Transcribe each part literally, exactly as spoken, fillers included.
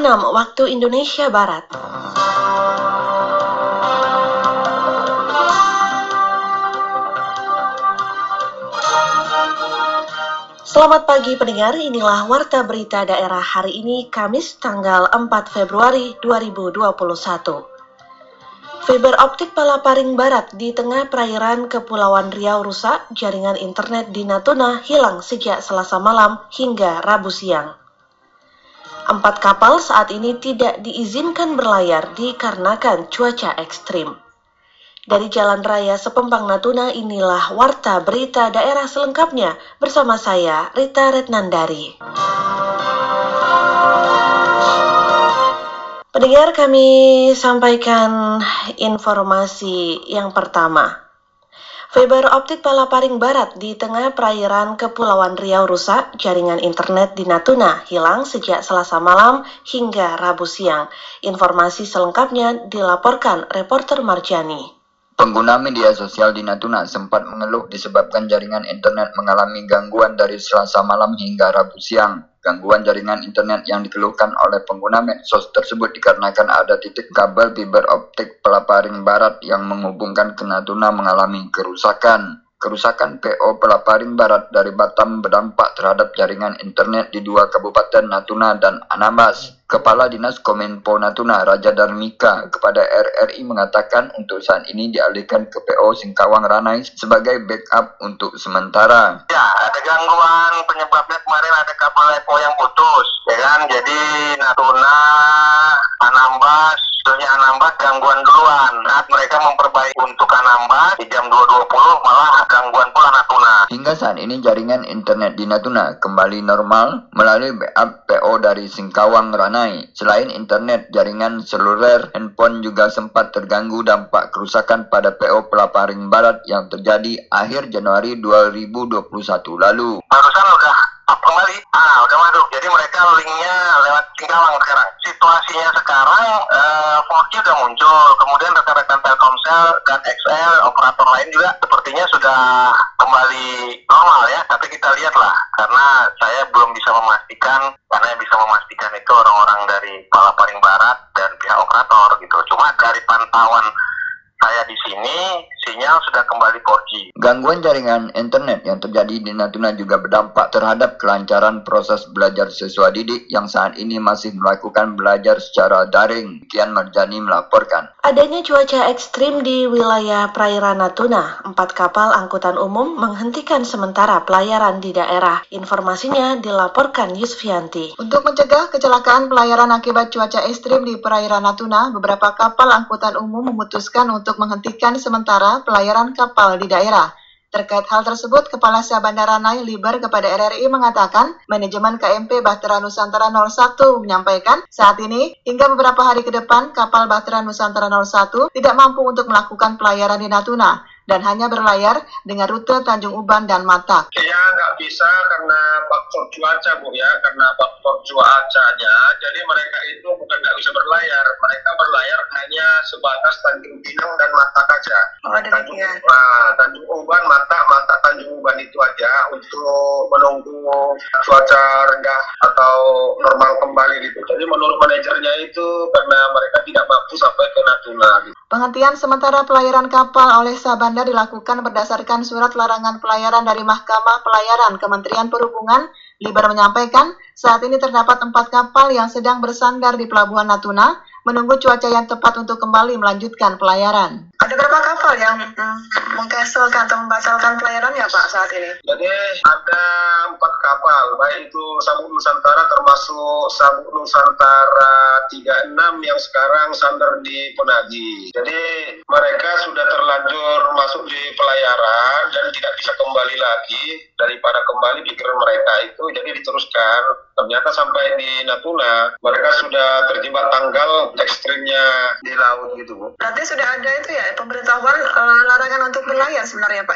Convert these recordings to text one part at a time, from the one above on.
enam waktu Indonesia Barat. Selamat pagi pendengar, inilah Warta Berita Daerah hari ini, Kamis tanggal empat Februari dua ribu dua puluh satu. Fiber optik Palaparing Barat di tengah perairan Kepulauan Riau rusak, jaringan internet di Natuna hilang sejak Selasa malam hingga Rabu siang. Empat kapal saat ini tidak diizinkan berlayar dikarenakan cuaca ekstrim. Dari Jalan Raya Sepempang Natuna, inilah Warta Berita Daerah selengkapnya bersama saya, Rita Retnandari. Pendengar, kami sampaikan informasi yang pertama. Fiber optik Palaparing Barat di tengah perairan Kepulauan Riau rusak, jaringan internet di Natuna hilang sejak Selasa malam hingga Rabu siang. Informasi selengkapnya dilaporkan reporter Marjani. Pengguna media sosial di Natuna sempat mengeluh disebabkan jaringan internet mengalami gangguan dari Selasa malam hingga Rabu siang. Gangguan jaringan internet yang dikeluhkan oleh pengguna medsos tersebut dikarenakan ada titik kabel fiber optik Palaparing Barat yang menghubungkan ke Natuna mengalami kerusakan. Kerusakan P O Palaparing Barat dari Batam berdampak terhadap jaringan internet di dua kabupaten Natuna dan Anambas. Kepala Dinas Kominfo Natuna, Raja Darmika, kepada R R I mengatakan untuk saat ini dialihkan ke P O Singkawang Ranai sebagai backup untuk sementara. Ya, ada gangguan penyebabnya kemarin ada kabel E P O yang putus, ya kan? Jadi Natuna, Anambas, sebetulnya Anambas gangguan duluan. Saat mereka memperbaiki untuk Anambas di jam dua dua puluh malah gangguan pula Natuna. Hingga saat ini jaringan internet di Natuna kembali normal melalui backup P O dari Singkawang Ranai. Selain internet, jaringan seluler handphone juga sempat terganggu dampak kerusakan pada P O Palaparing Barat yang terjadi akhir Januari dua ribu dua puluh satu lalu. Barusan udah up kembali, ah udah masuk. Jadi mereka linknya lewat Singkawang sekarang. Situasinya sekarang uh, empat G udah muncul, kemudian rekan-rekan Telkomsel dan X L, operator lain juga sepertinya sudah kembali normal ya. Tapi kita lihatlah, karena saya belum bisa memastikan, karena yang bisa memastikan itu orang-orang dari Palaparing Barat dan pihak operator gitu. Cuma dari pantauan saya di sini, sinyal sudah kembali empat G. Gangguan jaringan internet yang terjadi di Natuna juga berdampak terhadap kelancaran proses belajar siswa didik yang saat ini masih melakukan belajar secara daring. Kian Marjani melaporkan. Adanya cuaca ekstrim di wilayah perairan Natuna, empat kapal angkutan umum menghentikan sementara pelayaran di daerah. Informasinya dilaporkan Yusfianti. Untuk mencegah kecelakaan pelayaran akibat cuaca ekstrim di perairan Natuna, beberapa kapal angkutan umum memutuskan untuk menghentikan sementara pelayaran kapal di daerah. Terkait hal tersebut, Kepala Syah Bandara Ranai Liber kepada R R I mengatakan, manajemen K M P Bahtera Nusantara nol satu menyampaikan, saat ini hingga beberapa hari ke depan kapal Bahtera Nusantara nol satu tidak mampu untuk melakukan pelayaran di Natuna dan hanya berlayar dengan rute Tanjung Uban dan Matak. Ya nggak bisa karena faktor cuaca Bu ya, karena faktor cuacanya. Jadi mereka itu bukan nggak bisa berlayar, mereka berlayar hanya sebatas Tanjung Pinang dan Matak aja. Oh, Tanjung, nah, Tanjung Uban, Matak, Matak, Tanjung Uban itu aja untuk menunggu cuaca rendah atau normal kembali gitu. Jadi menurut manajernya itu karena mereka tidak mampu sampai ke Natuna. Gitu. Penghentian sementara pelayaran kapal oleh Syah Bandar dilakukan berdasarkan surat larangan pelayaran dari Mahkamah Pelayaran Kementerian Perhubungan. Liber menyampaikan, saat ini terdapat empat kapal yang sedang bersandar di Pelabuhan Natuna, menunggu cuaca yang tepat untuk kembali melanjutkan pelayaran. Ada berapa kapal yang mm, mengcancelkan atau membatalkan pelayaran ya Pak saat ini? Jadi ada empat kapal, baik itu Sabuk Nusantara termasuk Sabuk Nusantara tiga puluh enam yang sekarang sandar di Penagi. Jadi mereka sudah terlanjur masuk di pelayaran dan tidak bisa kembali lagi. Daripada kembali pikiran mereka itu, jadi diteruskan. Ternyata sampai di Natuna, mereka sudah terjebak tanggal ekstrimnya di laut gitu Bu. Berarti sudah ada itu ya, pemberitahuan uh, larangan untuk berlayar sebenarnya Pak ya?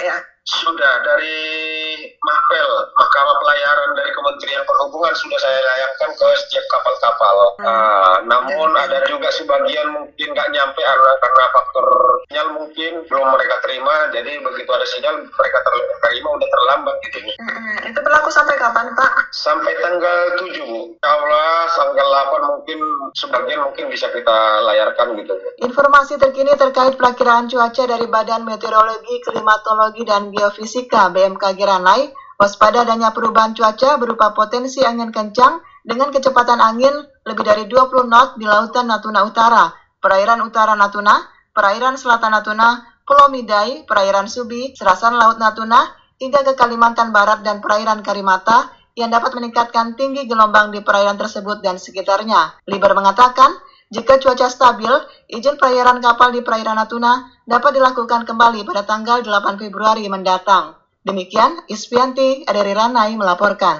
Sudah dari Mapel, Mahkamah Pelayaran dari Kementerian Perhubungan sudah saya layangkan ke setiap kapal-kapal. Hmm. Uh, namun ada juga sebagian mungkin nggak nyampe karena, karena faktor sinyal mungkin belum mereka terima. Jadi begitu ada sinyal mereka terima udah terlambat gitu. Hmm, itu berlaku sampai kapan, Pak? Sampai tanggal tujuh, Bu. Insya Allah tanggal delapan mungkin sebagian mungkin bisa kita layarkan gitu. Informasi terkini terkait perakiraan cuaca dari Badan Meteorologi, Klimatologi, dan Geofisika B M K G Ranai, waspada adanya perubahan cuaca berupa potensi angin kencang dengan kecepatan angin lebih dari dua puluh knot di lautan Natuna Utara, perairan utara Natuna, perairan selatan Natuna, Pulau Midai, perairan Subi, serasan Laut Natuna, hingga ke Kalimantan Barat dan perairan Karimata yang dapat meningkatkan tinggi gelombang di perairan tersebut dan sekitarnya. Liber mengatakan, jika cuaca stabil, izin pelayaran kapal di perairan Natuna dapat dilakukan kembali pada tanggal delapan Februari mendatang. Demikian, Ispianti dari Ranai melaporkan.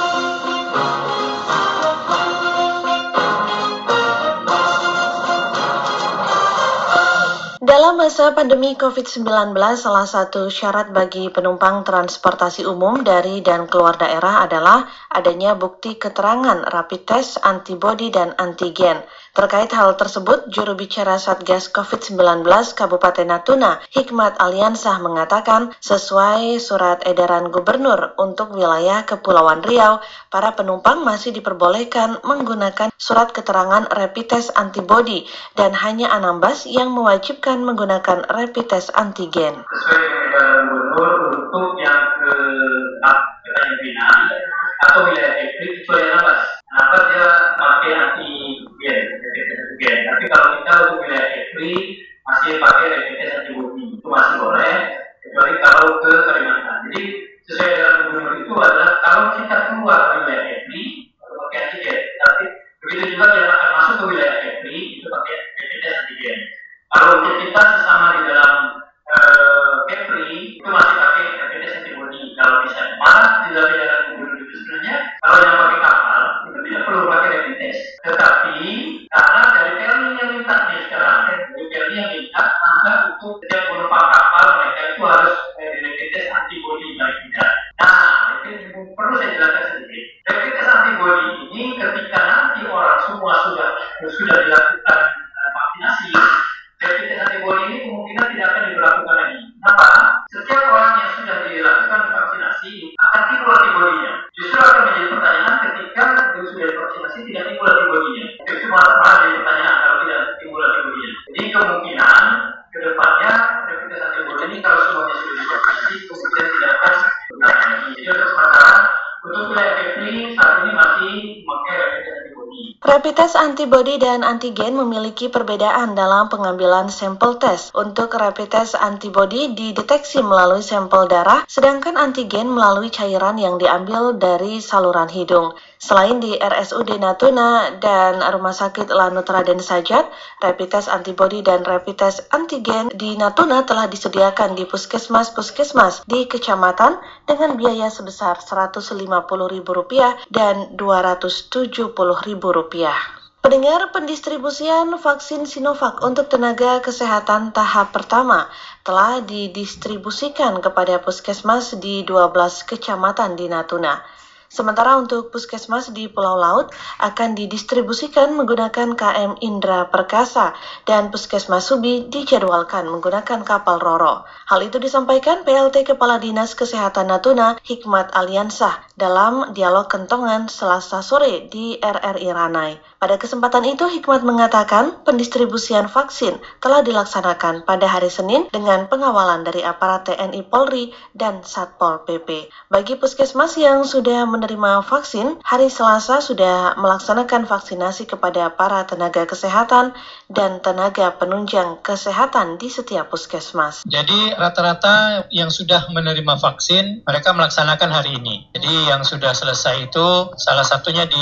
Dalam masa pandemi covid sembilan belas, salah satu syarat bagi penumpang transportasi umum dari dan keluar daerah adalah adanya bukti keterangan rapid test, antibodi, dan antigen. Terkait hal tersebut, juru bicara Satgas covid sembilan belas Kabupaten Natuna, Hikmat Aliansah mengatakan, sesuai surat edaran gubernur untuk wilayah Kepulauan Riau, para penumpang masih diperbolehkan menggunakan surat keterangan rapid test antibodi dan hanya Anambas yang mewajibkan menggunakan rapid test antigen. Sesuai dengan edaran gubernur untuk yang ke karantina atau wilayah ekstrim kecuali Anambas. Anambas dia pakai antigen, antigen. Tapi kalau kita untuk wilayah ekstrim masih pakai rapid test antibody, itu masih boleh, kecuali kalau ke Kalimantan. Jadi sesuai edaran gubernur itu adalah kalau kita keluar dari wilayah ekstrim itu pakai antigen. Tapi begitu juga yang akan masuk ke wilayah ekstrim itu pakai rapid test antigen. Kalau kita sesama di dalam Kepri itu masih pakai rapid test antibody. Kalau misalnya malah di dalam edaran gubernur itu sebenarnya kalau yang pakai kapal itu tidak perlu pakai rapid test. Tetapi karena dari Perni yang minta nih sekarang, dari Perni yang minta maka untuk setiap penumpang kapal mereka itu harus rapid test antibody baik tidak. Nah, itu perlu saya jelaskan sedikit. Rapid test antibody ini ketika nanti orang semua sudah sudah dilakukan vaksinasi, rapid test antibody ini kemungkinan tidak akan diberlakukan lagi. Kenapa? Setiap orang yang sudah dilakukan vaksinasi akan timbul antibodinya. Justru akan menjadi pertanyaan ketika sudah divaksinasi tidak timbul antibodinya. Itu malah jadi pertanyaan kalau tidak timbul antibodinya. Jadi kemungkinan kedepannya rapid test antibody ini kalau semuanya sudah divaksinasi kemungkinan tidak akan digunakan lagi. Jadi untuk sementara untuk wilayah Kepri saat ini masih memakai rapid test antibody. Rapid test antibody dan antigen memiliki perbedaan dalam pengambilan sampel tes. Untuk rapid test antibody dideteksi melalui sampel darah, sedangkan antigen melalui cairan yang diambil dari saluran hidung. Selain di R S U D Natuna dan Rumah Sakit Lanut Raden Sajat, rapid test antibody dan rapid test antigen di Natuna telah disediakan di puskesmas-puskesmas di kecamatan dengan biaya sebesar seratus lima puluh ribu rupiah dan dua ratus tujuh puluh ribu rupiah. Pendengar, pendistribusian vaksin Sinovac untuk tenaga kesehatan tahap pertama telah didistribusikan kepada puskesmas di dua belas kecamatan di Natuna. Sementara untuk puskesmas di Pulau Laut akan didistribusikan menggunakan K M Indra Perkasa dan puskesmas Subi dijadwalkan menggunakan kapal Roro. Hal itu disampaikan P L T Kepala Dinas Kesehatan Natuna, Hikmat Aliansah, dalam dialog kentongan Selasa sore di R R I Ranai. Pada kesempatan itu, Hikmat mengatakan pendistribusian vaksin telah dilaksanakan pada hari Senin dengan pengawalan dari aparat T N I Polri dan Satpol P P. Bagi puskesmas yang sudah menerima vaksin, hari Selasa sudah melaksanakan vaksinasi kepada para tenaga kesehatan dan tenaga penunjang kesehatan di setiap puskesmas. Jadi rata-rata yang sudah menerima vaksin, mereka melaksanakan hari ini. Jadi yang sudah selesai itu salah satunya di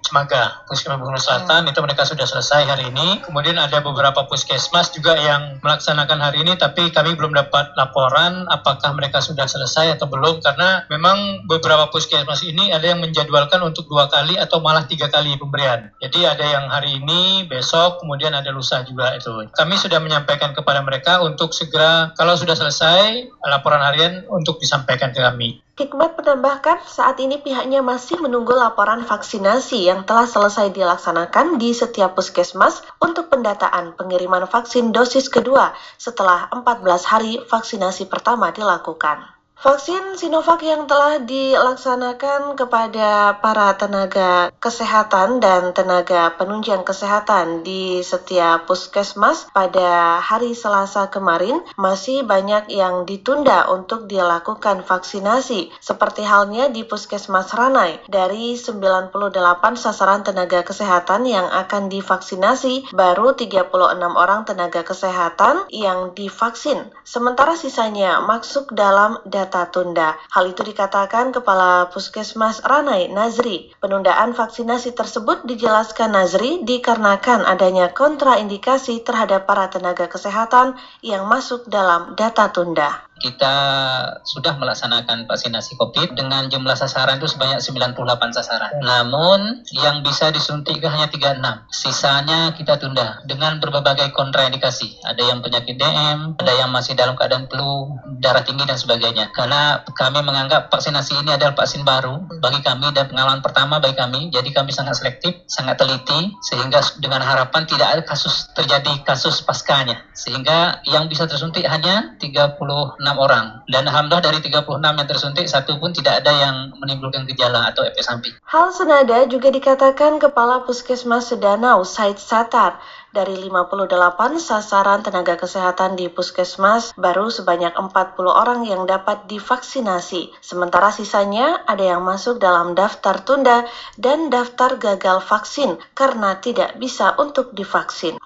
Cemaga, Puskesmas Bungur Selatan, itu mereka sudah selesai hari ini. Kemudian ada beberapa puskesmas juga yang melaksanakan hari ini, tapi kami belum dapat laporan apakah mereka sudah selesai atau belum, karena memang beberapa puskesmas ini ada yang menjadwalkan untuk dua kali atau malah tiga kali pemberian. Jadi ada yang hari ini, besok, kemudian ada lusa juga itu. Kami sudah menyampaikan kepada mereka untuk segera, kalau sudah selesai, laporan harian untuk disampaikan ke kami. Hikmat menambahkan, saat ini pihaknya masih menunggu laporan vaksinasi yang telah selesai dilaksanakan di setiap puskesmas untuk pendataan pengiriman vaksin dosis kedua setelah empat belas hari vaksinasi pertama dilakukan. Vaksin Sinovac yang telah dilaksanakan kepada para tenaga kesehatan dan tenaga penunjang kesehatan di setiap puskesmas pada hari Selasa kemarin masih banyak yang ditunda untuk dilakukan vaksinasi, seperti halnya di Puskesmas Ranai. Dari sembilan puluh delapan sasaran tenaga kesehatan yang akan divaksinasi, baru tiga puluh enam orang tenaga kesehatan yang divaksin, sementara sisanya masuk dalam data tunda. Hal itu dikatakan Kepala Puskesmas Ranai, Nazri. Penundaan vaksinasi tersebut dijelaskan Nazri dikarenakan adanya kontraindikasi terhadap para tenaga kesehatan yang masuk dalam data tunda. Kita sudah melaksanakan vaksinasi COVID dengan jumlah sasaran itu sebanyak sembilan puluh delapan sasaran. Namun yang bisa disuntik hanya tiga puluh enam. Sisanya kita tunda dengan berbagai kontraindikasi. Ada yang penyakit D M, ada yang masih dalam keadaan flu, darah tinggi dan sebagainya. Karena kami menganggap vaksinasi ini adalah vaksin baru bagi kami dan pengalaman pertama bagi kami. Jadi kami sangat selektif, sangat teliti sehingga dengan harapan tidak ada kasus terjadi kasus paskanya. Sehingga yang bisa tersuntik hanya tiga puluh enam orang, dan alhamdulillah dari tiga puluh enam yang tersuntik satu pun tidak ada yang menimbulkan gejala atau efek samping. Hal senada juga dikatakan Kepala Puskesmas Sedanau, Said Satar. Dari lima puluh delapan sasaran tenaga kesehatan di puskesmas, baru sebanyak empat puluh orang yang dapat divaksinasi. Sementara sisanya ada yang masuk dalam daftar tunda dan daftar gagal vaksin karena tidak bisa untuk divaksin.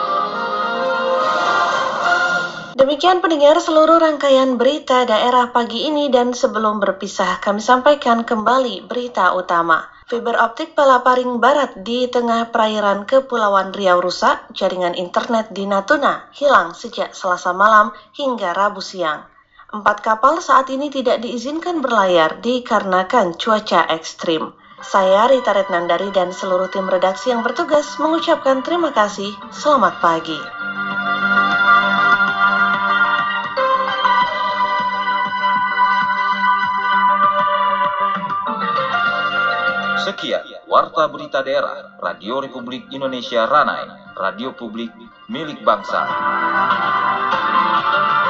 Demikian pendengar seluruh rangkaian berita daerah pagi ini, dan sebelum berpisah kami sampaikan kembali berita utama. Fiber optik Palaparing Barat di tengah perairan Kepulauan Riau rusak, jaringan internet di Natuna hilang sejak Selasa malam hingga Rabu siang. Empat kapal saat ini tidak diizinkan berlayar dikarenakan cuaca ekstrim. Saya Rita Retnandari dan seluruh tim redaksi yang bertugas mengucapkan terima kasih. Selamat pagi. Sekian Warta Berita Daerah Radio Republik Indonesia Ranai, radio publik milik bangsa.